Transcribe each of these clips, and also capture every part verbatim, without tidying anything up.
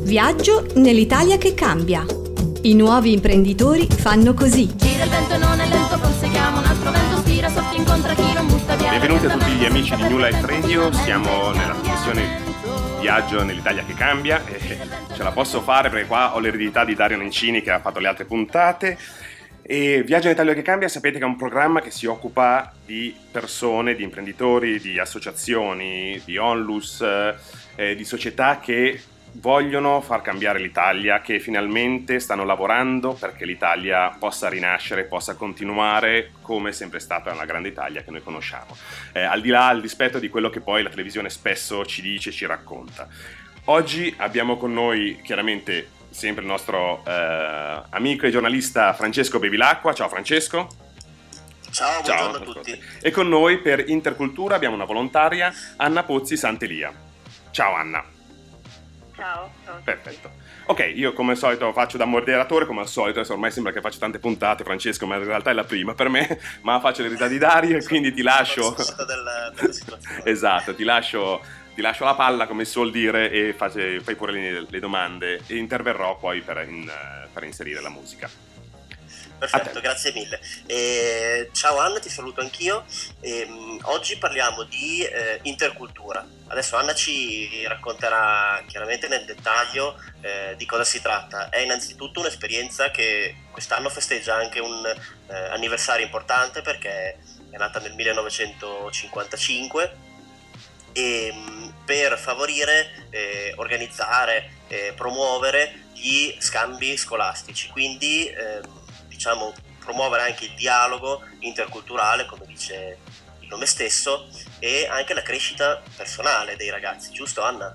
Viaggio nell'Italia che cambia. I nuovi imprenditori fanno così. Gira il vento e non è lento, conseguiamo un altro vento, spira, soffia, incontra chi non butta via. Benvenuti a tutti gli amici di New Life Radio, siamo nella trasmissione Viaggio nell'Italia che cambia e ce la posso fare perché qua ho l'eredità di Dario Nencini che ha fatto le altre puntate. E Viaggio nell'Italia che cambia, sapete che è un programma che si occupa di persone, di imprenditori, di associazioni, di onlus, eh, di società che vogliono far cambiare l'Italia, che finalmente stanno lavorando perché l'Italia possa rinascere, possa continuare come è sempre stata la grande Italia che noi conosciamo, eh, al di là, al dispetto di quello che poi la televisione spesso ci dice, ci racconta. Oggi abbiamo con noi chiaramente sempre il nostro eh, amico e giornalista Francesco Bevilacqua. Ciao Francesco. Ciao, buongiorno a tutti. E con noi per Intercultura abbiamo una volontaria, Anna Pozzi Sant'Elia. Ciao Anna. Ciao, ciao. Perfetto. Ok, io come al solito faccio da moderatore, come al solito, adesso ormai sembra che faccio tante puntate, Francesco, ma in realtà è la prima per me, ma faccio l'eredità di Dario e quindi ti lascio... Della, della situazione. Esatto, ti lascio, ti lascio la palla, come si suol dire, e fai, fai pure le, le domande e interverrò poi per, in, per inserire la musica. Perfetto, grazie mille. Eh, ciao Anna, ti saluto anch'io. Eh, oggi parliamo di eh, intercultura. Adesso Anna ci racconterà chiaramente nel dettaglio eh, di cosa si tratta. È innanzitutto un'esperienza che quest'anno festeggia anche un eh, anniversario importante perché è nata nel millenovecentocinquantacinque e per favorire, eh, organizzare, eh, promuovere gli scambi scolastici. Quindi eh, diciamo promuovere anche il dialogo interculturale, come dice il nome stesso, e anche la crescita personale dei ragazzi, giusto Anna?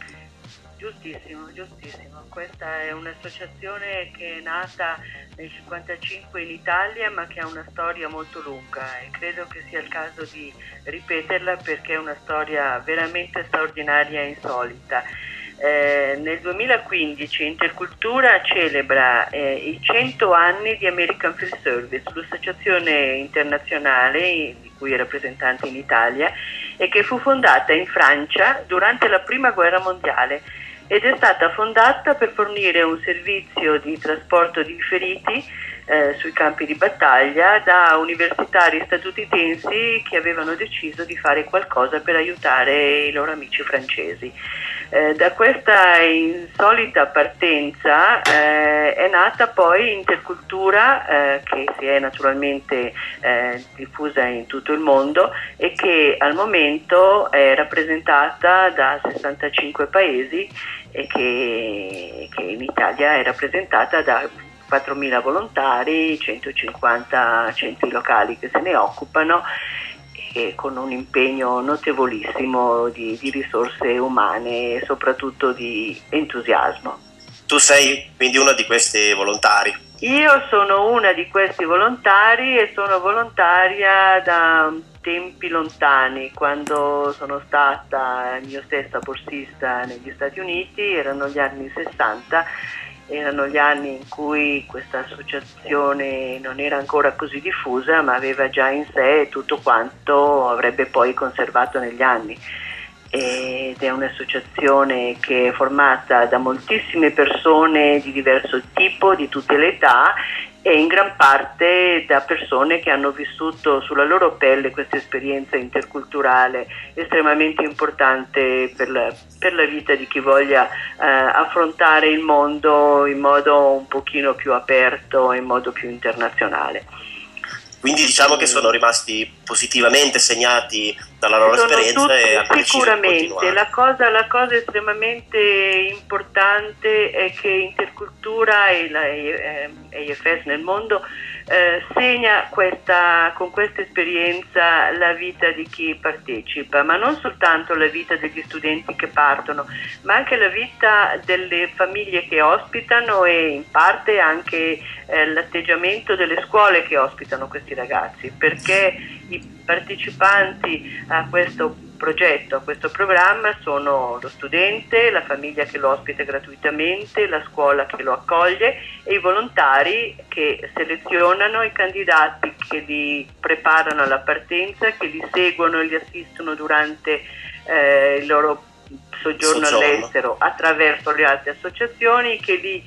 Giustissimo, giustissimo. Questa è un'associazione che è nata nel cinquantacinque in Italia ma che ha una storia molto lunga e credo che sia il caso di ripeterla perché è una storia veramente straordinaria e insolita. Eh, nel duemilaquindici Intercultura celebra eh, i cento anni di American Free Service, l'associazione internazionale di cui è rappresentante in Italia e che fu fondata in Francia durante la prima guerra mondiale ed è stata fondata per fornire un servizio di trasporto di feriti eh, sui campi di battaglia da universitari statunitensi che avevano deciso di fare qualcosa per aiutare i loro amici francesi. Eh, da questa insolita partenza eh, è nata poi Intercultura, eh, che si è naturalmente eh, diffusa in tutto il mondo e che al momento è rappresentata da sessantacinque paesi e che, che in Italia è rappresentata da quattromila volontari, centocinquanta centri locali che se ne occupano, e con un impegno notevolissimo di, di risorse umane e soprattutto di entusiasmo. Tu sei quindi uno di questi volontari? Io sono una di questi volontari e sono volontaria da tempi lontani. Quando sono stata io stessa borsista negli Stati Uniti, erano gli anni sessanta, erano gli anni in cui questa associazione non era ancora così diffusa, ma aveva già in sé tutto quanto avrebbe poi conservato negli anni. Ed è un'associazione che è formata da moltissime persone di diverso tipo, di tutte le età, e in gran parte da persone che hanno vissuto sulla loro pelle questa esperienza interculturale estremamente importante per la, per la vita di chi voglia eh, affrontare il mondo in modo un pochino più aperto e in modo più internazionale. Quindi diciamo che sono rimasti positivamente segnati dalla loro sono esperienza tutti, e hanno sicuramente la cosa, la cosa estremamente importante è che Intercultura e la A F S nel mondo eh, segna questa, con questa esperienza la vita di chi partecipa, ma non soltanto la vita degli studenti che partono, ma anche la vita delle famiglie che ospitano e in parte anche eh, l'atteggiamento delle scuole che ospitano questi ragazzi, perché i partecipanti a questo progetto, a questo programma sono lo studente, la famiglia che lo ospita gratuitamente, la scuola che lo accoglie e i volontari che selezionano i candidati che li preparano alla partenza, che li seguono e li assistono durante eh, il loro soggiorno, soggiorno all'estero attraverso le altre associazioni che li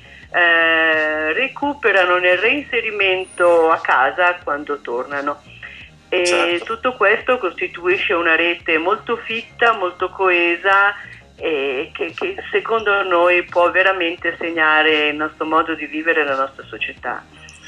eh, recuperano nel reinserimento a casa quando tornano. E certo. Tutto questo costituisce una rete molto fitta, molto coesa e che, che secondo noi può veramente segnare il nostro modo di vivere la nostra società.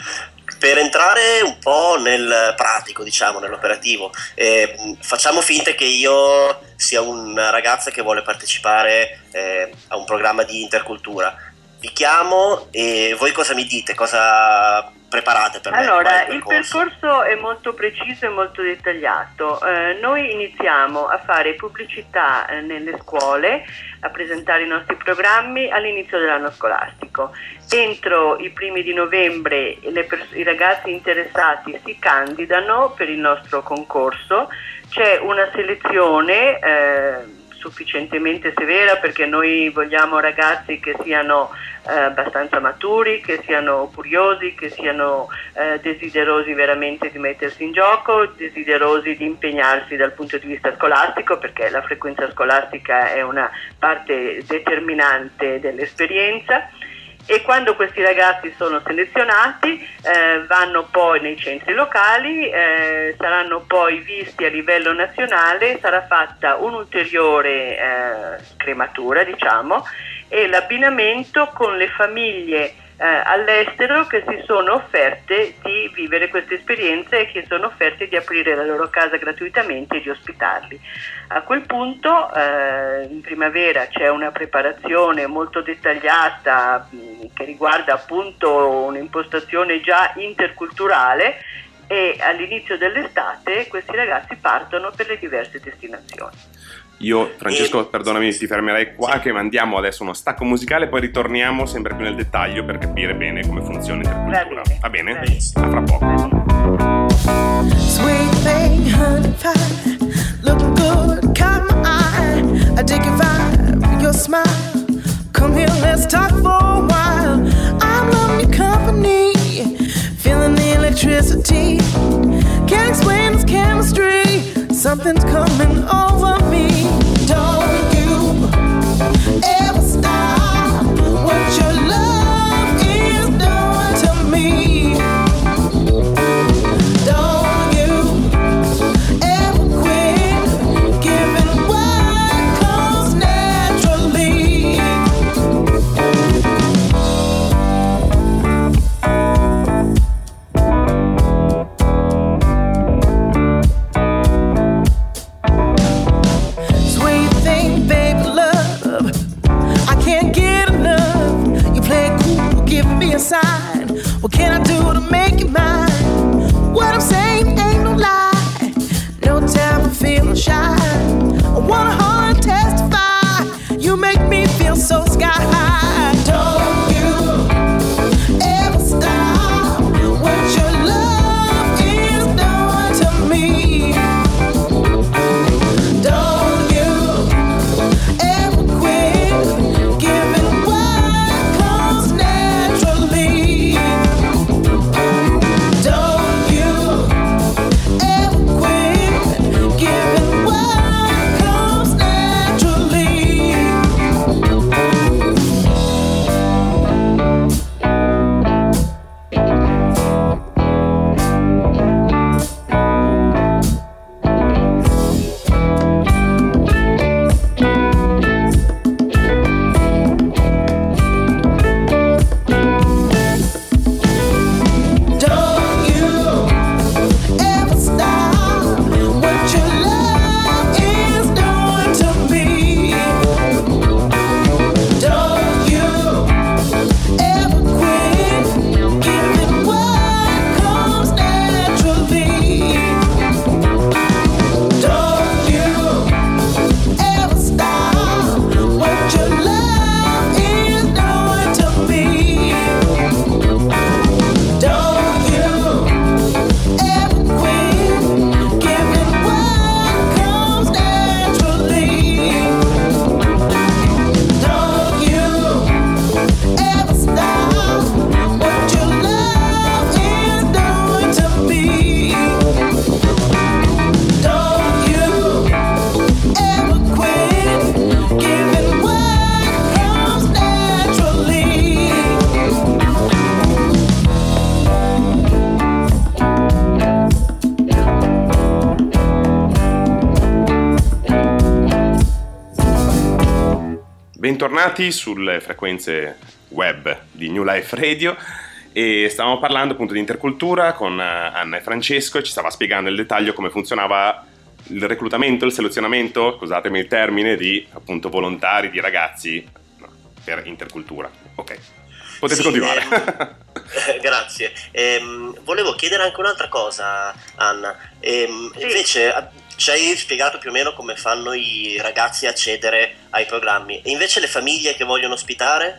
Per entrare un po' nel pratico, diciamo, nell'operativo, eh, facciamo finta che io sia una ragazza che vuole partecipare eh, a un programma di intercultura. Vi chiamo e voi cosa mi dite? Cosa preparate per me? Allora, il il percorso? percorso è molto preciso e molto dettagliato. Eh, noi iniziamo a fare pubblicità eh, nelle scuole, a presentare i nostri programmi all'inizio dell'anno scolastico. Entro i primi di novembre le pers- i ragazzi interessati si candidano per il nostro concorso. C'è una selezione eh, sufficientemente severa perché noi vogliamo ragazzi che siano eh, abbastanza maturi, che siano curiosi, che siano eh, desiderosi veramente di mettersi in gioco, desiderosi di impegnarsi dal punto di vista scolastico, perché la frequenza scolastica è una parte determinante dell'esperienza. E quando questi ragazzi sono selezionati eh, vanno poi nei centri locali, eh, saranno poi visti a livello nazionale, sarà fatta un'ulteriore eh, scrematura, diciamo, e l'abbinamento con le famiglie eh, all'estero che si sono offerte di vivere queste esperienze e che sono offerte di aprire la loro casa gratuitamente e di ospitarli. A quel punto eh, in primavera c'è una preparazione molto dettagliata mh, che riguarda appunto un'impostazione già interculturale e all'inizio dell'estate questi ragazzi partono per le diverse destinazioni. Io, Francesco, perdonami, ti fermerei qua, che mandiamo adesso uno stacco musicale, poi ritorniamo sempre più nel dettaglio per capire bene come funziona Intercultura. Va bene? Va bene. A fra poco. Sweet thing, honey pie, looking good, caught my eye. I dig your vibe, your smile. Come here, let's talk for a while. I'm loving your company, feeling the electricity. Can't explain this chemistry. Something's coming over me. Don't you ever stop what your love is doing to me. Don't you ever quit giving what comes naturally. Sign. What can I do to make you mine? What I'm saying ain't no lie. No time for feeling shy. I wanna hard testify. You make me feel so sky high. Don't you ever stop what your love is doing to me. Don't you ever quit giving what comes naturally. Don't you ever quit giving what comes naturally. bentornati sulle frequenze web di New Life Radio e stavamo parlando appunto di intercultura con Anna e Francesco e ci stava spiegando nel dettaglio come funzionava il reclutamento, il selezionamento, scusatemi il termine, di appunto volontari, di ragazzi per intercultura. Ok, potete sì, continuare. Eh, grazie. Ehm, volevo chiedere anche un'altra cosa, Anna. Ehm, Sì. Invece ci hai spiegato più o meno come fanno i ragazzi a accedere ai programmi. E invece le famiglie che vogliono ospitare?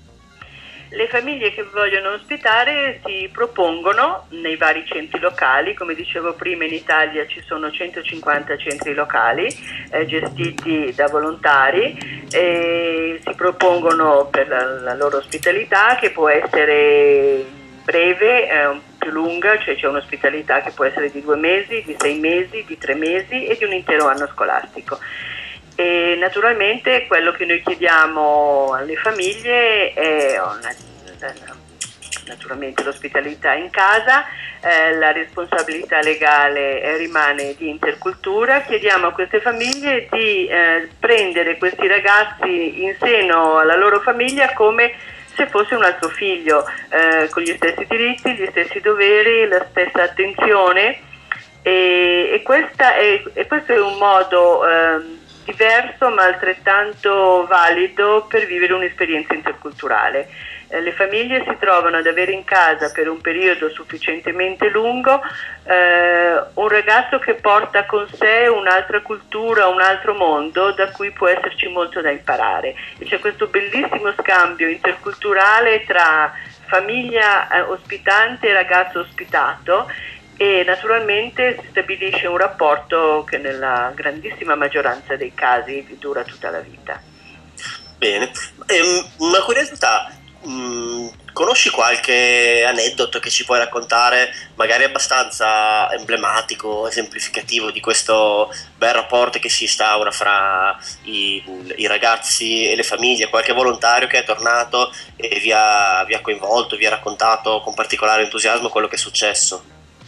Le famiglie che vogliono ospitare si propongono nei vari centri locali. Come dicevo prima, in Italia ci sono centocinquanta centri locali eh, gestiti da volontari e si propongono per la, la loro ospitalità, che può essere breve, eh, più lunga, cioè c'è un'ospitalità che può essere di due mesi, di sei mesi, di tre mesi e di un intero anno scolastico. E naturalmente quello che noi chiediamo alle famiglie è una, naturalmente l'ospitalità in casa, eh, la responsabilità legale eh, rimane di Intercultura. Chiediamo a queste famiglie di eh, prendere questi ragazzi in seno alla loro famiglia come se fosse un altro figlio, eh, con gli stessi diritti, gli stessi doveri, la stessa attenzione e, e, questa è, e questo è un modo eh, diverso ma altrettanto valido per vivere un'esperienza interculturale. Eh, le famiglie si trovano ad avere in casa per un periodo sufficientemente lungo eh, un ragazzo che porta con sé un'altra cultura, un altro mondo da cui può esserci molto da imparare. E c'è questo bellissimo scambio interculturale tra famiglia eh, ospitante e ragazzo ospitato, e naturalmente si stabilisce un rapporto che nella grandissima maggioranza dei casi dura tutta la vita. Bene. Ehm, una curiosità, mh, conosci qualche aneddoto che ci puoi raccontare, magari abbastanza emblematico, esemplificativo di questo bel rapporto che si instaura fra i, i ragazzi e le famiglie? Qualche volontario che è tornato e vi ha, vi ha coinvolto, vi ha raccontato con particolare entusiasmo quello che è successo?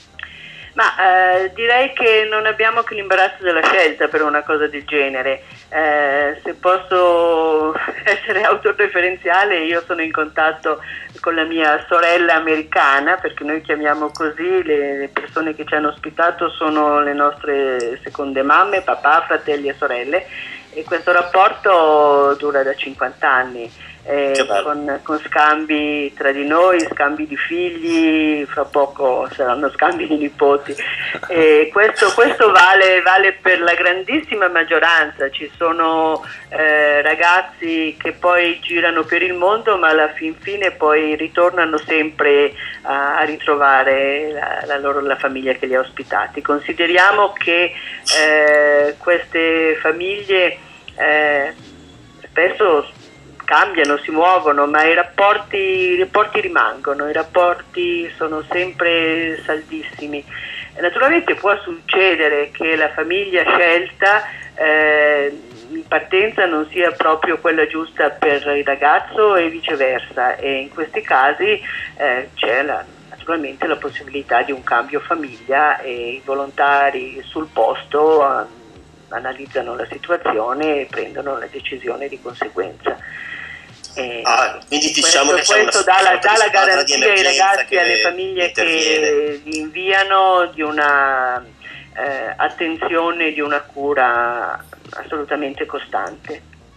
Ma eh, direi che non abbiamo che l'imbarazzo della scelta per una cosa del genere. Eh, se posso essere autoreferenziale, io sono in contatto con la mia sorella americana, perché noi chiamiamo così le, le persone che ci hanno ospitato, sono le nostre seconde mamme, papà, fratelli e sorelle, e questo rapporto dura da cinquanta anni. Eh, con, con scambi tra di noi, scambi di figli, fra poco saranno scambi di nipoti. E questo, questo vale, vale per la grandissima maggioranza. Ci sono eh, ragazzi che poi girano per il mondo, ma alla fin fine poi ritornano sempre a, a ritrovare la, la loro la famiglia che li ha ospitati. Consideriamo che eh, queste famiglie eh, spesso cambiano, si muovono, ma i rapporti, i rapporti rimangono, i rapporti sono sempre saldissimi. E naturalmente può succedere che la famiglia scelta eh, in partenza non sia proprio quella giusta per il ragazzo e viceversa, e in questi casi eh, c'è la, naturalmente la possibilità di un cambio famiglia e i volontari sul posto eh, analizzano la situazione e prendono la decisione di conseguenza. Eh, ah, quindi diciamo questo, che c'è questo una, dà, la, una dà la di garanzia ai ragazzi e alle che famiglie interviene. che li inviano di una eh, attenzione, di una cura assolutamente costante.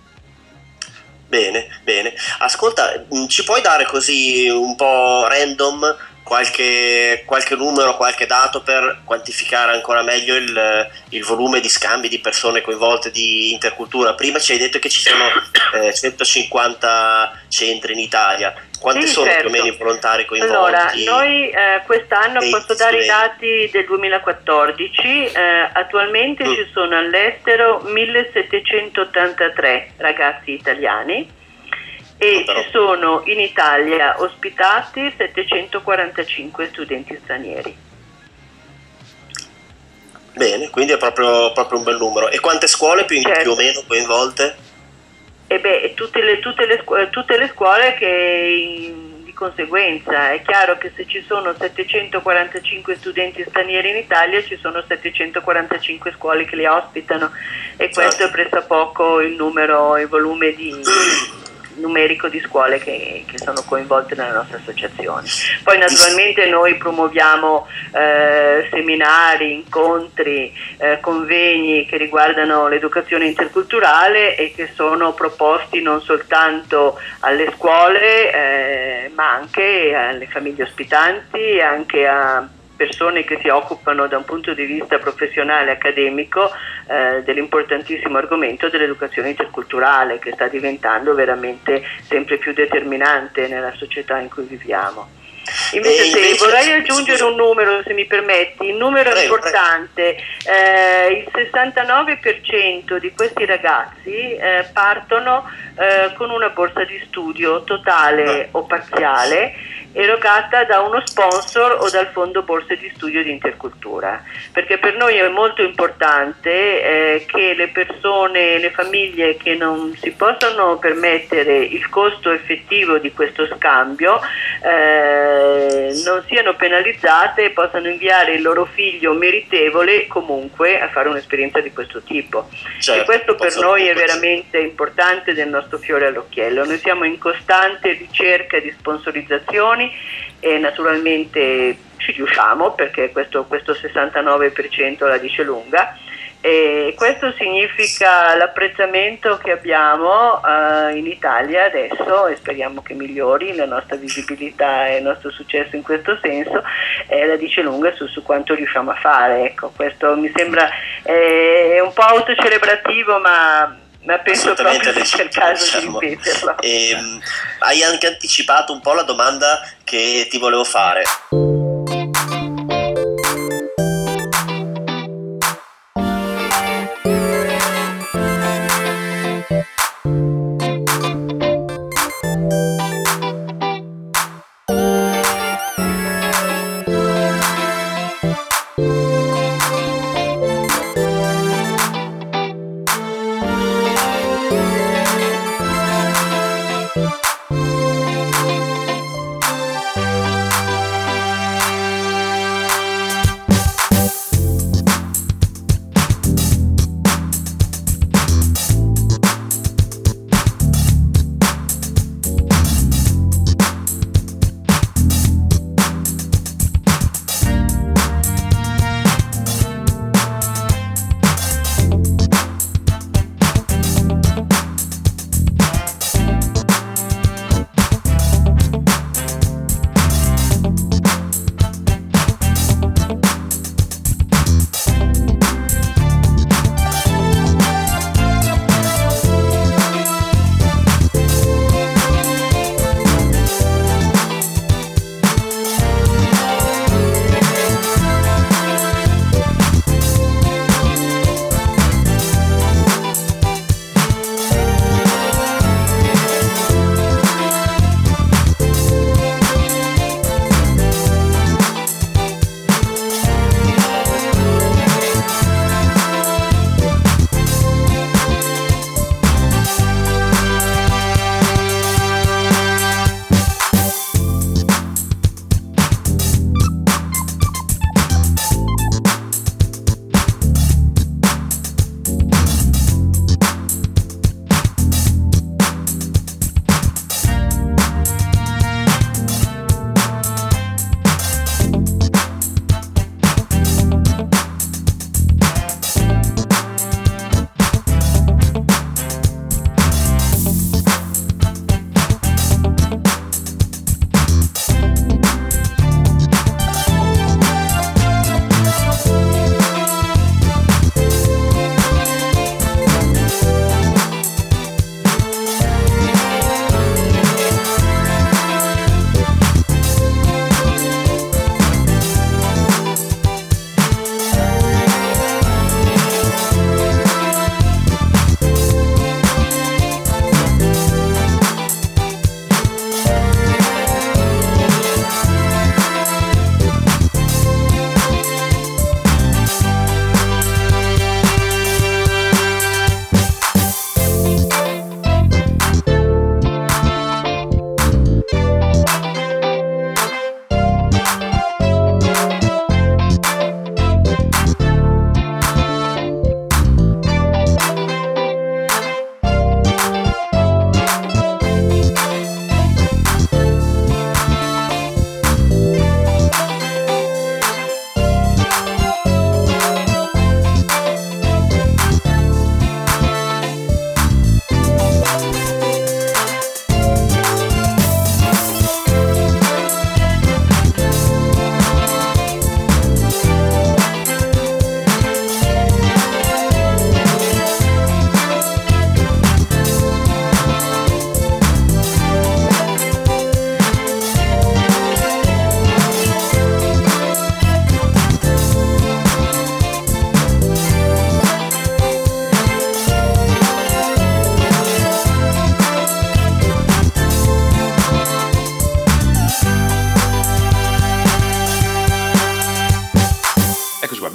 Bene, bene. Ascolta, ci puoi dare così un po' random qualche, qualche numero, qualche dato per quantificare ancora meglio il, il volume di scambi di persone coinvolte di intercultura? Prima ci hai detto che ci sono eh, centocinquanta centri in Italia. Quanti sì, sono certo. più o meno i volontari coinvolti? Allora, noi eh, quest'anno e posso dare i dati del duemilaquattordici, eh, attualmente mm. ci sono all'estero millesettecentottantatré ragazzi italiani e Però. ci sono in Italia ospitati settecentoquarantacinque studenti stranieri. Bene, quindi è proprio, proprio un bel numero. E quante scuole più, certo. più o meno coinvolte? E beh, tutte le, tutte le, scu- tutte le scuole che, di conseguenza. È chiaro che se ci sono settecentoquarantacinque studenti stranieri in Italia, ci sono settecentoquarantacinque scuole che li ospitano, e questo è pressappoco il numero, il volume di numerico di scuole che, che sono coinvolte nella nostra associazione. Poi naturalmente noi promuoviamo eh, seminari, incontri, eh, convegni che riguardano l'educazione interculturale e che sono proposti non soltanto alle scuole eh, ma anche alle famiglie ospitanti, anche a persone che si occupano da un punto di vista professionale e accademico eh, dell'importantissimo argomento dell'educazione interculturale, che sta diventando veramente sempre più determinante nella società in cui viviamo. Invece, se invece, vorrei aggiungere un numero, se mi permetti, il numero è importante, eh, il sessantanove per cento di questi ragazzi eh, partono eh, con una borsa di studio totale o parziale, erogata da uno sponsor o dal fondo borse di studio di intercultura, perché per noi è molto importante eh, che le persone, le famiglie che non si possono permettere il costo effettivo di questo scambio eh, non siano penalizzate e possano inviare il loro figlio meritevole comunque a fare un'esperienza di questo tipo. Certo, e questo per noi è veramente importante, del nostro fiore all'occhiello. Noi siamo in costante ricerca di sponsorizzazioni e naturalmente ci riusciamo, perché questo, questo sessantanove per cento la dice lunga, e questo significa l'apprezzamento che abbiamo uh, in Italia adesso, e speriamo che migliori la nostra visibilità e il nostro successo in questo senso, eh, la dice lunga su, su quanto riusciamo a fare. Ecco, questo mi sembra eh, un po' autocelebrativo, ma ma penso proprio che sia il caso diciamo. di ripeterlo. E, hai anche anticipato un po' la domanda che ti volevo fare.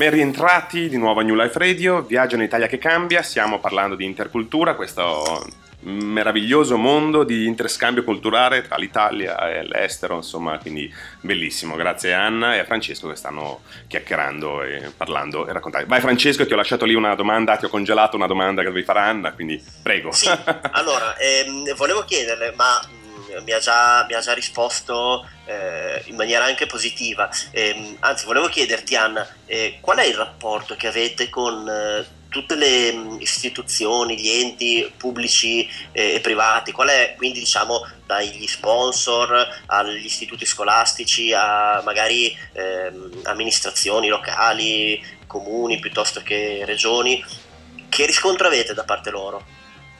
Ben rientrati di nuovo a New Life Radio, Viaggio in Italia che cambia, stiamo parlando di intercultura, questo meraviglioso mondo di interscambio culturale tra l'Italia e l'estero, insomma, quindi bellissimo. Grazie a Anna e a Francesco che stanno chiacchierando e parlando e raccontando. Vai Francesco, ti ho lasciato lì una domanda, ti ho congelato una domanda che dovevi fare a Anna, quindi prego. Sì, allora, ehm, volevo chiederle, ma Mi ha, già, mi ha già risposto eh, in maniera anche positiva, eh, anzi volevo chiederti Anna, eh, qual è il rapporto che avete con eh, tutte le mh, istituzioni, gli enti pubblici eh, e privati, qual è quindi diciamo dagli sponsor agli istituti scolastici a magari eh, amministrazioni locali, comuni piuttosto che regioni, che riscontro avete da parte loro?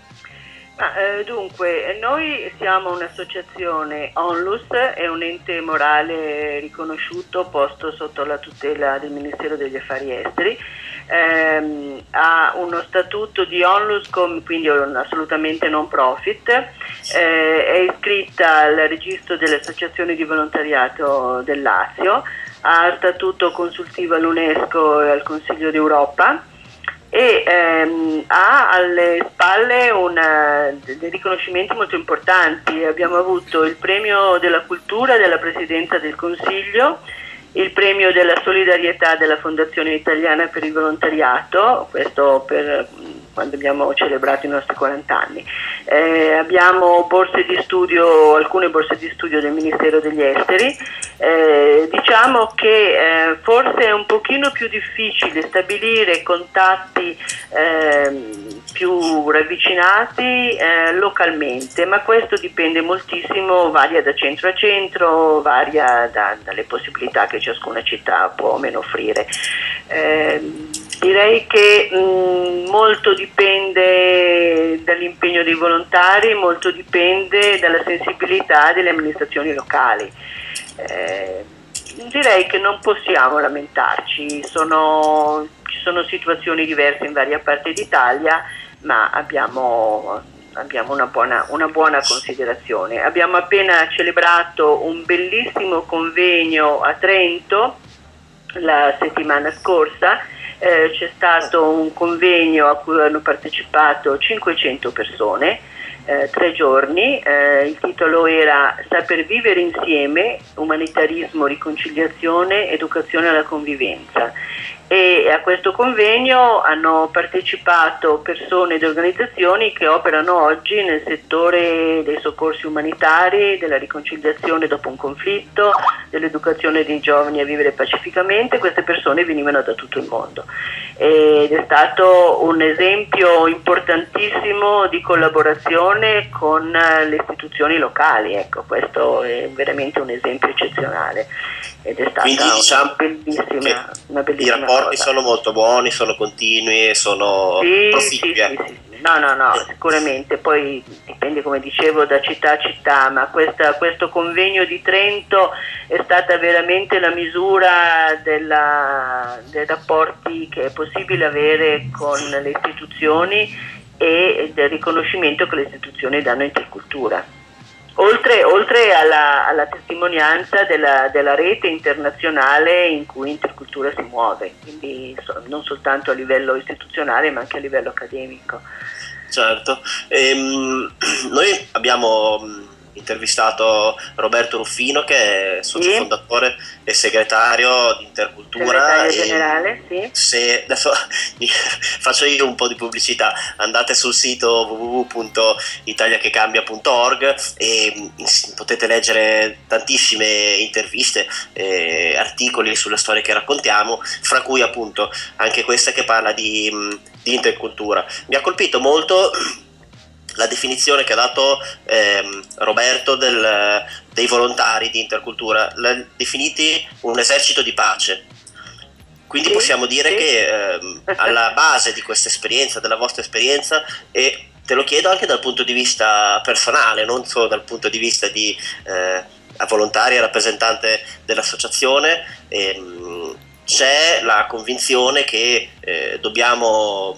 Ah, eh, dunque, noi siamo un'associazione Onlus, è un ente morale riconosciuto posto sotto la tutela del Ministero degli Affari Esteri, ehm, ha uno statuto di Onlus, quindi è un assolutamente non profit, eh, è iscritta al registro delle associazioni di volontariato del Lazio, ha statuto consultivo all'UNESCO e al Consiglio d'Europa, e ehm, ha alle spalle una, dei riconoscimenti molto importanti. Abbiamo avuto il premio della cultura della Presidenza del Consiglio, il premio della solidarietà della Fondazione Italiana per il Volontariato, questo per quando abbiamo celebrato i nostri quaranta anni. Eh, abbiamo borse di studio, alcune borse di studio del Ministero degli Esteri. Eh, diciamo che eh, forse è un pochino più difficile stabilire contatti eh, più ravvicinati eh, localmente, ma questo dipende moltissimo, varia da centro a centro, varia da, dalle possibilità che ciascuna città può o meno offrire. Eh, direi che mh, molto dipende dall'impegno dei volontari, molto dipende dalla sensibilità delle amministrazioni locali. Eh, direi che non possiamo lamentarci, sono, ci sono situazioni diverse in varie parti d'Italia, ma abbiamo, abbiamo una buona, una buona considerazione. Abbiamo appena celebrato un bellissimo convegno a Trento la settimana scorsa. Eh, c'è stato un convegno a cui hanno partecipato cinquecento persone, eh, tre giorni, eh, il titolo era Saper vivere insieme, umanitarismo, riconciliazione, educazione alla convivenza. E a questo convegno hanno partecipato persone ed organizzazioni che operano oggi nel settore dei soccorsi umanitari, della riconciliazione dopo un conflitto, dell'educazione dei giovani a vivere pacificamente. Queste persone venivano da tutto il mondo ed è stato un esempio importantissimo di collaborazione con le istituzioni locali. Ecco, questo è veramente un esempio eccezionale ed è stata Quindi, diciamo, una bellissima, una bellissima i rapporti cosa. Sono molto buoni, sono continui, sono sì, proficui. sì, sì, sì. No, no, no, sicuramente, poi dipende, come dicevo, da città a città, ma questa, questo convegno di Trento è stata veramente la misura della, dei rapporti che è possibile avere con le istituzioni e del riconoscimento che le istituzioni danno a intercultura. Oltre, oltre alla, alla testimonianza della, della rete internazionale in cui Intercultura si muove, quindi so, non soltanto a livello istituzionale ma anche a livello accademico. Certo, ehm, noi abbiamo intervistato Roberto Ruffino, che è socio sì. fondatore e segretario di Intercultura. Segretario generale, sì. Se adesso faccio io un po' di pubblicità, andate sul sito w w w punto italia che cambia punto org e potete leggere tantissime interviste, eh, articoli sulle storie che raccontiamo, fra cui appunto anche questa che parla di, di intercultura. Mi ha colpito molto la definizione che ha dato ehm, Roberto del, dei volontari di Intercultura, l'ha definiti un esercito di pace. Quindi sì, possiamo dire sì. che ehm, alla base di questa esperienza, della vostra esperienza, e te lo chiedo anche dal punto di vista personale, non solo dal punto di vista di eh, volontari e rappresentante dell'associazione, ehm, c'è la convinzione che eh, dobbiamo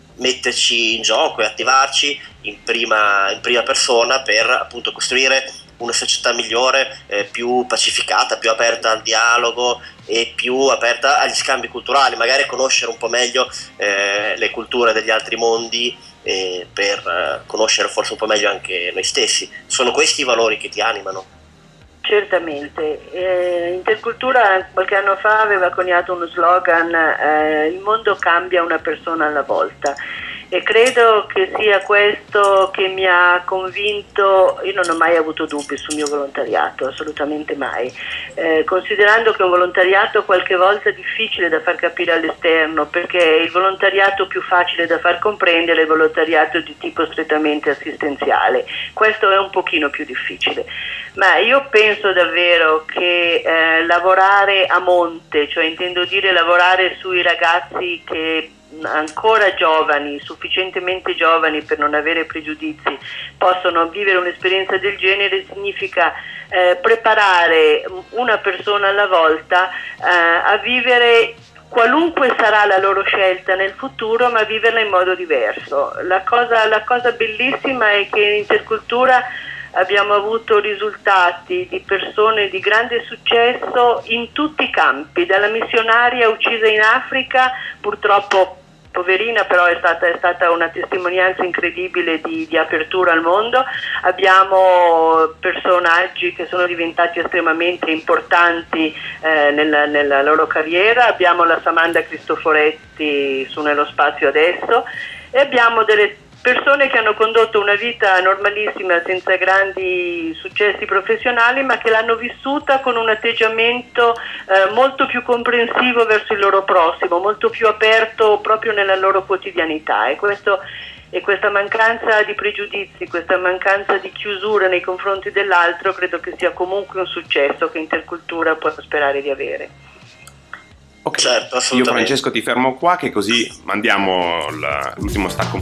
metterci in gioco e attivarci in prima, in prima persona per appunto costruire una società migliore, eh, più pacificata, più aperta al dialogo e più aperta agli scambi culturali, magari conoscere un po' meglio eh, le culture degli altri mondi eh, per eh, conoscere forse un po' meglio anche noi stessi. Sono questi i valori che ti animano? Certamente. Eh, Intercultura qualche anno fa aveva coniato uno slogan, eh, il mondo cambia una persona alla volta, e credo che sia questo che mi ha convinto. Io non ho mai avuto dubbi sul mio volontariato, assolutamente mai, eh, considerando che è un volontariato qualche volta difficile da far capire all'esterno, perché il volontariato più facile da far comprendere è il volontariato di tipo strettamente assistenziale. Questo è un pochino più difficile, ma io penso davvero che eh, lavorare a monte, cioè intendo dire lavorare sui ragazzi che ancora giovani, sufficientemente giovani per non avere pregiudizi, possono vivere un'esperienza del genere, significa eh, preparare una persona alla volta eh, a vivere qualunque sarà la loro scelta nel futuro, ma viverla in modo diverso. La cosa, la cosa bellissima è che in Intercultura abbiamo avuto risultati di persone di grande successo in tutti i campi, dalla missionaria uccisa in Africa, purtroppo poverina, però è stata, è stata una testimonianza incredibile di, di apertura al mondo. Abbiamo personaggi che sono diventati estremamente importanti eh, nella, nella loro carriera. Abbiamo la Samantha Cristoforetti su Nello Spazio Adesso, e abbiamo delle persone che hanno condotto una vita normalissima senza grandi successi professionali, ma che l'hanno vissuta con un atteggiamento eh, molto più comprensivo verso il loro prossimo, molto più aperto proprio nella loro quotidianità. E questo e questa mancanza di pregiudizi, questa mancanza di chiusura nei confronti dell'altro, credo che sia comunque un successo che Intercultura può sperare di avere. Ok, certo, io Francesco ti fermo qua, che così mandiamo l'ultimo stacco.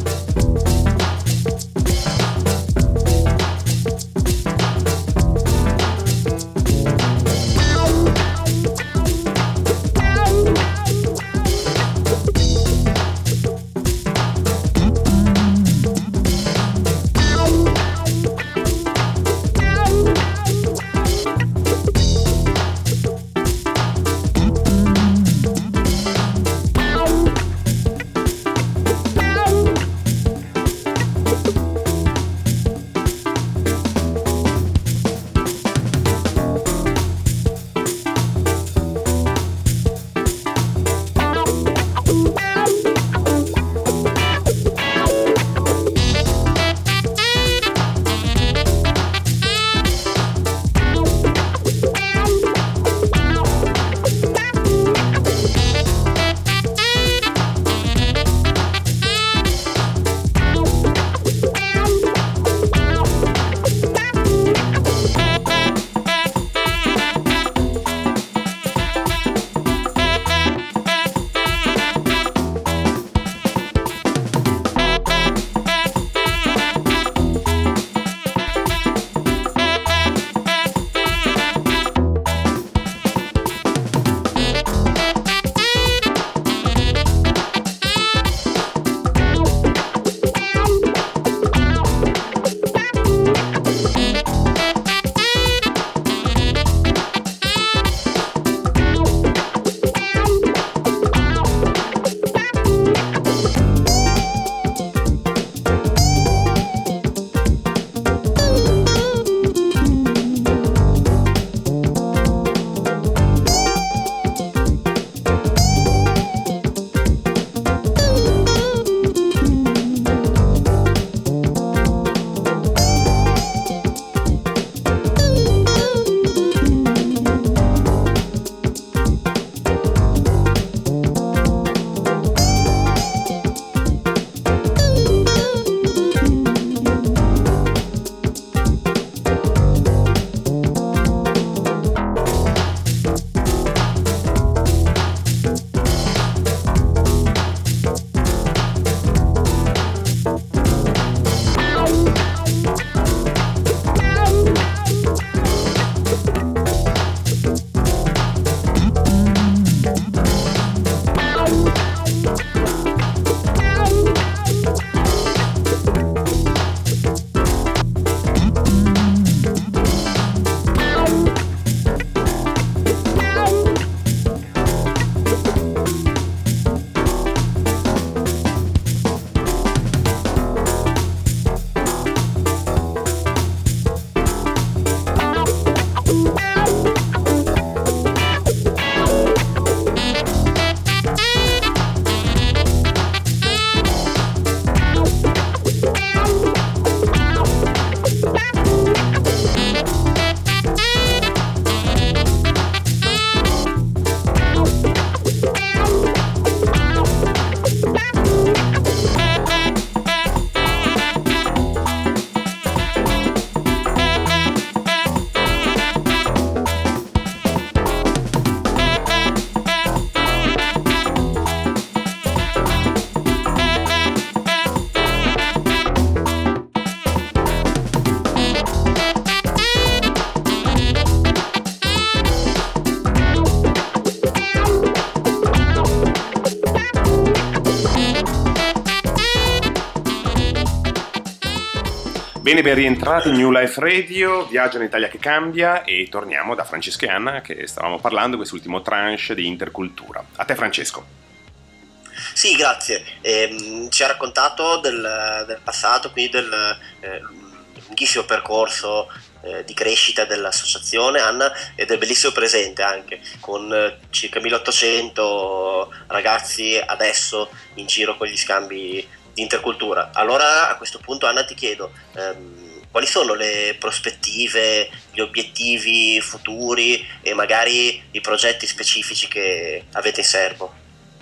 Bene, ben rientrati in New Life Radio, viaggio in Italia che cambia, e torniamo da Francesco e Anna che stavamo parlando quest'ultimo tranche di intercultura. A te Francesco. Sì, grazie. Eh, ci ha raccontato del, del passato, quindi del eh, lunghissimo percorso eh, di crescita dell'associazione, Anna, e del bellissimo presente anche, con eh, circa milleottocento ragazzi adesso in giro con gli scambi di intercultura. Allora a questo punto, Anna, ti chiedo ehm, quali sono le prospettive, gli obiettivi futuri e magari i progetti specifici che avete in serbo?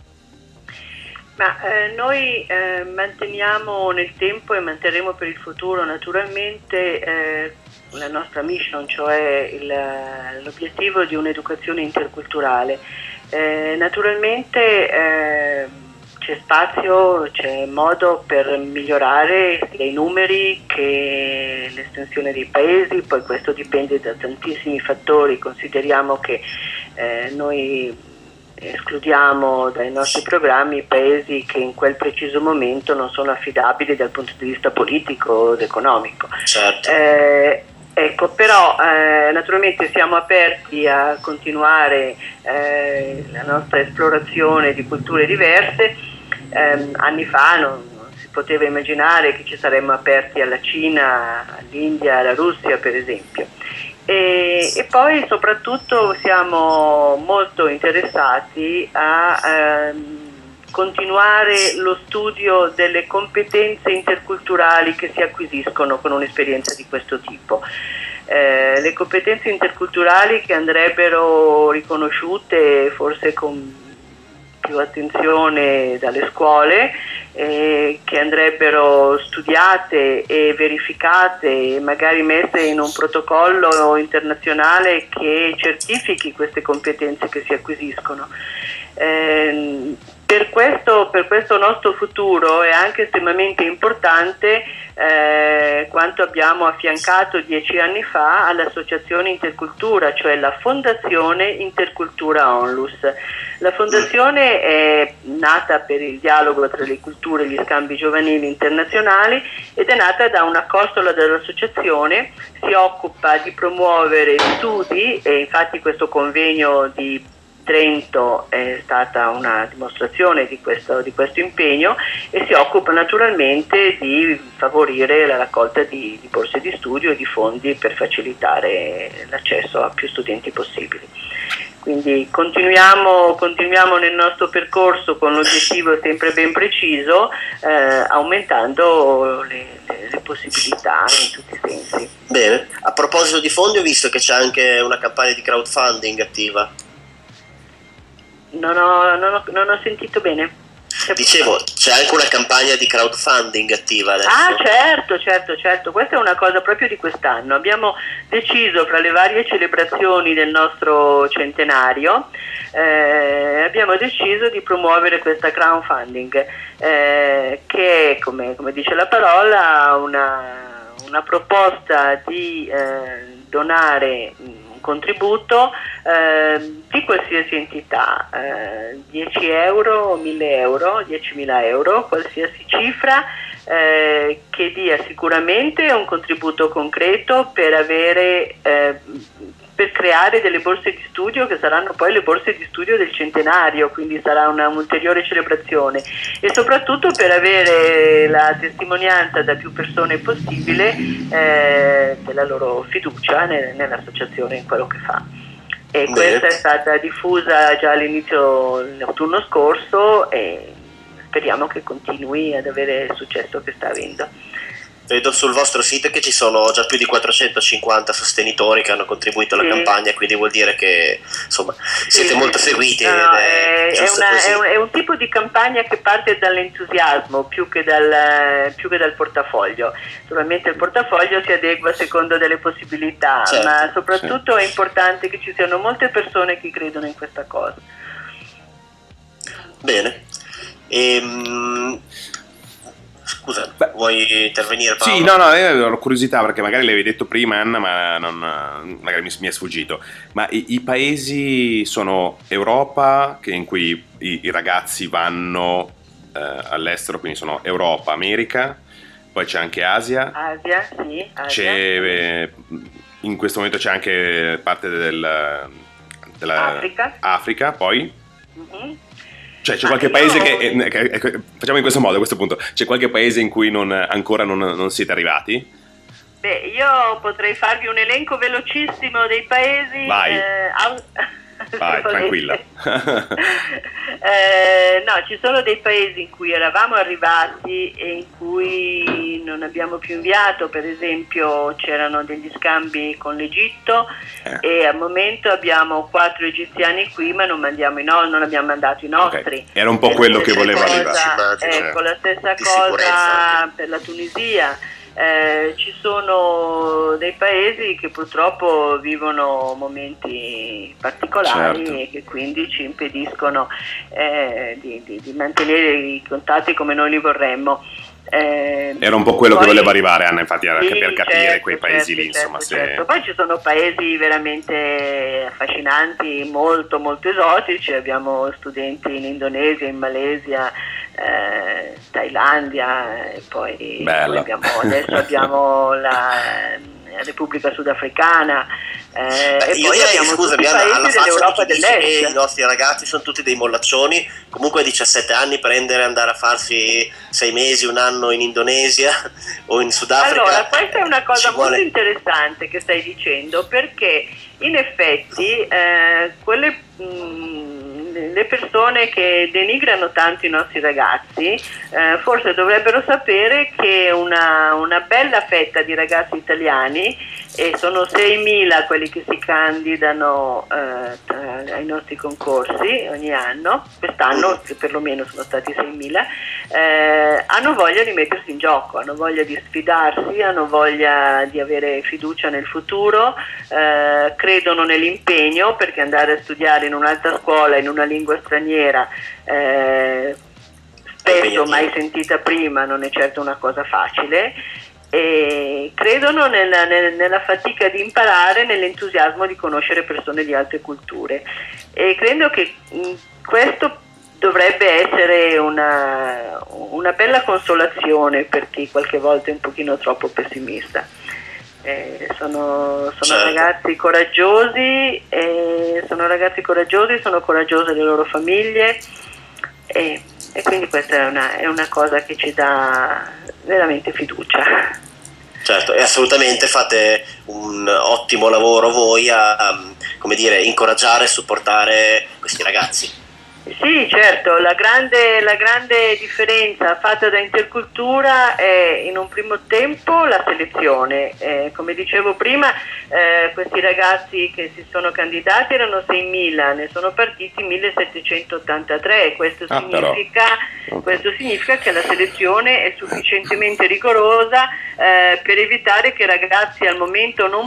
Ma eh, noi eh, manteniamo nel tempo e manterremo per il futuro naturalmente eh, la nostra mission, cioè il, l'obiettivo di un'educazione interculturale. Eh, naturalmente eh, c'è spazio, c'è modo per migliorare sia i numeri che l'estensione dei paesi, poi questo dipende da tantissimi fattori. Consideriamo che eh, noi escludiamo dai nostri programmi i paesi che in quel preciso momento non sono affidabili dal punto di vista politico ed economico. Certo. Eh, ecco, però eh, naturalmente siamo aperti a continuare eh, la nostra esplorazione di culture diverse. Eh, anni fa non, non si poteva immaginare che ci saremmo aperti alla Cina, all'India, alla Russia per esempio. E, e poi soprattutto siamo molto interessati a ehm, continuare lo studio delle competenze interculturali che si acquisiscono con un'esperienza di questo tipo. Eh, le competenze interculturali che andrebbero riconosciute forse con più attenzione dalle scuole, eh, che andrebbero studiate e verificate e magari messe in un protocollo internazionale che certifichi queste competenze che si acquisiscono. Eh, per questo, per questo nostro futuro è anche estremamente importante eh, quanto abbiamo affiancato dieci anni fa all'Associazione Intercultura, cioè la Fondazione Intercultura Onlus. La fondazione è nata per il dialogo tra le culture e gli scambi giovanili internazionali ed è nata da una costola dell'associazione, si occupa di promuovere studi e infatti questo convegno di Trento è stata una dimostrazione di questo, di questo impegno, e si occupa naturalmente di favorire la raccolta di, di borse di studio e di fondi per facilitare l'accesso a più studenti possibili. Quindi continuiamo, continuiamo nel nostro percorso con l'obiettivo sempre ben preciso, eh, aumentando le, le, le possibilità in tutti i sensi. Bene, a proposito di fondi, ho visto che c'è anche una campagna di crowdfunding attiva. Non ho, non ho, non ho sentito bene. Dicevo, c'è anche una campagna di crowdfunding attiva adesso. Ah, certo, certo, certo, questa è una cosa proprio di quest'anno. Abbiamo deciso, fra le varie celebrazioni del nostro centenario, eh, abbiamo deciso di promuovere questa crowdfunding, eh, che è, come, come dice la parola, una, una proposta di eh, donare contributo eh, di qualsiasi entità, eh, dieci euro, mille euro, diecimila euro, qualsiasi cifra eh, che dia sicuramente un contributo concreto per avere eh, per creare delle borse di studio che saranno poi le borse di studio del centenario, quindi sarà una un'ulteriore celebrazione, e soprattutto per avere la testimonianza da più persone possibile eh, della loro fiducia nel, nell'associazione, in quello che fa. E Beh. questa è stata diffusa già all'inizio dell'autunno scorso e speriamo che continui ad avere il successo che sta avendo. Vedo sul vostro sito che ci sono già più di quattrocentocinquanta sostenitori che hanno contribuito alla sì. campagna, quindi vuol dire che insomma siete sì, molto sì. seguiti. No, ed è, è, è, una, così. è, un, è un tipo di campagna che parte dall'entusiasmo più che dal, più che dal portafoglio. Naturalmente il portafoglio si adegua secondo delle possibilità, certo, ma soprattutto sì. è importante che ci siano molte persone che credono in questa cosa. Bene. Ehm... Scusa, Beh, vuoi intervenire, Paolo? Sì, no, no, io ho curiosità perché magari l'avevi detto prima, Anna, ma non, magari mi, mi è sfuggito. Ma i, i paesi sono Europa, che in cui i, i ragazzi vanno eh, all'estero, quindi sono Europa, America, Poi c'è anche Asia. Asia, sì. Asia. C'è, eh, in questo momento c'è anche parte del, della Africa. Africa, poi. Mm-hmm. Cioè c'è Ma qualche io... paese che, che, che... Facciamo in questo modo a questo punto. C'è qualche paese in cui non, ancora non, non siete arrivati? Beh, io potrei farvi un elenco velocissimo dei paesi. Vai. Eh, au... Vai, tranquilla. eh, no, ci sono dei paesi in cui eravamo arrivati e in cui non abbiamo più inviato. Per esempio c'erano degli scambi con l'Egitto eh. e al momento abbiamo quattro egiziani qui, ma non mandiamo i no, non abbiamo mandato i nostri. Okay. Era un po' e quello che volevo cosa, arrivare. Ecco, la stessa cosa per la Tunisia. Eh, ci sono dei paesi che purtroppo vivono momenti particolari, certo, e che quindi ci impediscono eh, di, di, di mantenere i contatti come noi li vorremmo. Eh, Era un po' quello poi, che voleva arrivare, Anna, infatti, era sì, per capire certo, quei paesi certo, lì, insomma. Certo, se... certo. Poi ci sono paesi veramente affascinanti, molto molto esotici. Abbiamo studenti in Indonesia, in Malesia, eh, Thailandia, e poi, poi abbiamo, adesso abbiamo la Repubblica Sudafricana. Eh, Beh, e io poi direi, abbiamo scusami, tutti i Anna, alla paesi faccia dell'Europa di chi dice che dell'Est. i nostri ragazzi sono tutti dei mollaccioni. Comunque a diciassette anni prendere, andare a farsi sei mesi, un anno in Indonesia o in Sudafrica. Allora, questa è una cosa molto vuole... interessante che stai dicendo, perché in effetti eh, quelle mh, le persone che denigrano tanto i nostri ragazzi eh, forse dovrebbero sapere che una, una bella fetta di ragazzi italiani, e sono seimila quelli che si candidano eh, tra, ai nostri concorsi ogni anno, quest'anno perlomeno sono stati seimila, eh, hanno voglia di mettersi in gioco, hanno voglia di sfidarsi, hanno voglia di avere fiducia nel futuro, eh, credono nell'impegno, perché andare a studiare in un'altra scuola in una lingua straniera eh, spesso mai sentita prima non è certo una cosa facile, e credono nella, nella fatica di imparare, nell'entusiasmo di conoscere persone di altre culture, e credo che mh, questo dovrebbe essere una, una bella consolazione per chi qualche volta è un pochino troppo pessimista. Eh, sono, sono certo. ragazzi coraggiosi, eh, sono ragazzi coraggiosi, sono coraggiose le loro famiglie, e, e quindi questa è una, è una cosa che ci dà veramente fiducia. Certo, e assolutamente fate un ottimo lavoro voi a, a come dire, incoraggiare e supportare questi ragazzi. Sì, certo, la grande, la grande differenza fatta da Intercultura è in un primo tempo la selezione. Eh, come dicevo prima, eh, questi ragazzi che si sono candidati erano seimila, ne sono partiti millesettecentottantatré. Questo, ah, significa, questo significa che la selezione è sufficientemente rigorosa eh, per evitare che ragazzi al momento non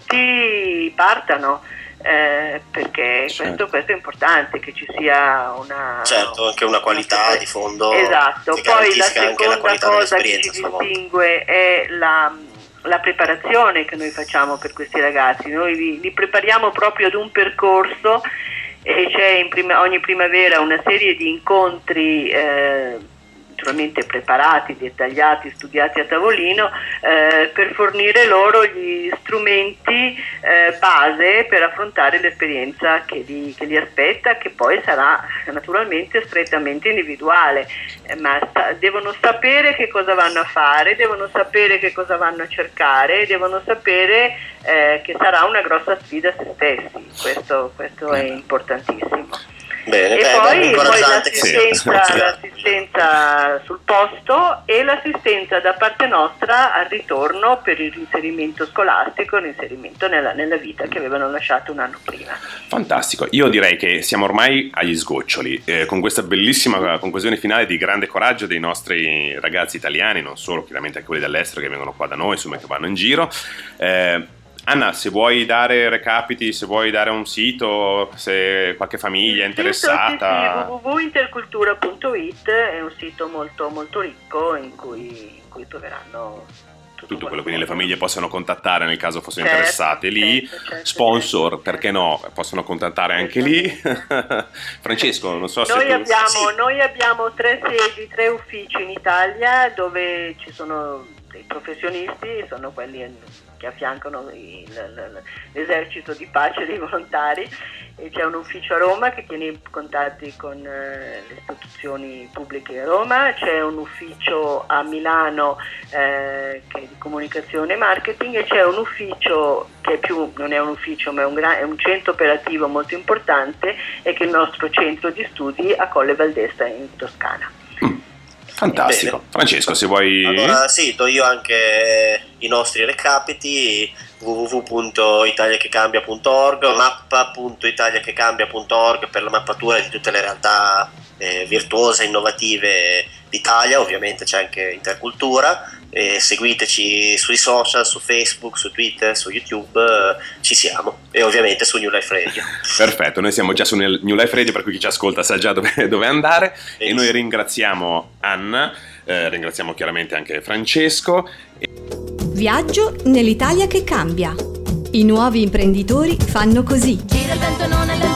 pronti partano. Eh, perché certo. questo, questo è importante, che ci sia una certo anche una qualità una... di fondo, esatto. che Poi la seconda la cosa che ci distingue è la, la preparazione che noi facciamo per questi ragazzi. Noi li, li prepariamo proprio ad un percorso, e c'è in prima, ogni primavera una serie di incontri eh, naturalmente preparati, dettagliati, studiati a tavolino, eh, per fornire loro gli strumenti eh, base per affrontare l'esperienza che li, che li aspetta, che poi sarà naturalmente strettamente individuale, eh, ma sta, devono sapere che cosa vanno a fare, devono sapere che cosa vanno a cercare, devono sapere eh, che sarà una grossa sfida a se stessi. Questo, questo è importantissimo. Bene, e beh, poi, poi sì. l'assistenza, l'assistenza sul posto e l'assistenza da parte nostra al ritorno per il reinserimento scolastico, l'inserimento nella, nella vita che avevano lasciato un anno prima. Fantastico, io direi che siamo ormai agli sgoccioli, eh, con questa bellissima conclusione finale di grande coraggio dei nostri ragazzi italiani, non solo, chiaramente anche quelli dall'estero che vengono qua da noi, insomma, che vanno in giro. Eh, Anna, se vuoi dare recapiti, se vuoi dare un sito, se qualche famiglia è interessata. Il sito, sì, sì, w w w punto intercultura punto it è un sito molto molto ricco in cui, in cui troveranno tutto, tutto quello, quello quindi le famiglie possono contattare nel caso fossero certo, interessate lì, certo, certo, sponsor certo. perché no, possono contattare anche lì. Francesco, non so se Noi tu... abbiamo, Sì. noi abbiamo tre sedi, tre uffici in Italia dove ci sono dei professionisti, sono quelli che affiancano il, l- l'esercito di pace dei volontari, e c'è un ufficio a Roma che tiene i contatti con eh, le istituzioni pubbliche a Roma, c'è un ufficio a Milano eh, che è di comunicazione e marketing, e c'è un ufficio che è più, non è un ufficio ma è un, gran, è un centro operativo molto importante, e che è il nostro centro di studi a Colle Valdesta in Toscana. Mm, fantastico. Bene. Francesco, se vuoi... Allora sì, do io anche i nostri recapiti: w w w punto italiachecambia punto org, mappa punto italiachecambia punto org per la mappatura di tutte le realtà eh, virtuose, innovative d'Italia. Ovviamente c'è anche Intercultura. E seguiteci sui social, su Facebook, su Twitter, su YouTube, eh, ci siamo, e ovviamente su New Life Radio. Perfetto, noi siamo già su New Life Radio, per cui chi ci ascolta sa già dove, dove andare. Benissimo. E noi ringraziamo Anna, eh, ringraziamo chiaramente anche Francesco. Viaggio nell'Italia che cambia. I nuovi imprenditori fanno così. Gira il vento non è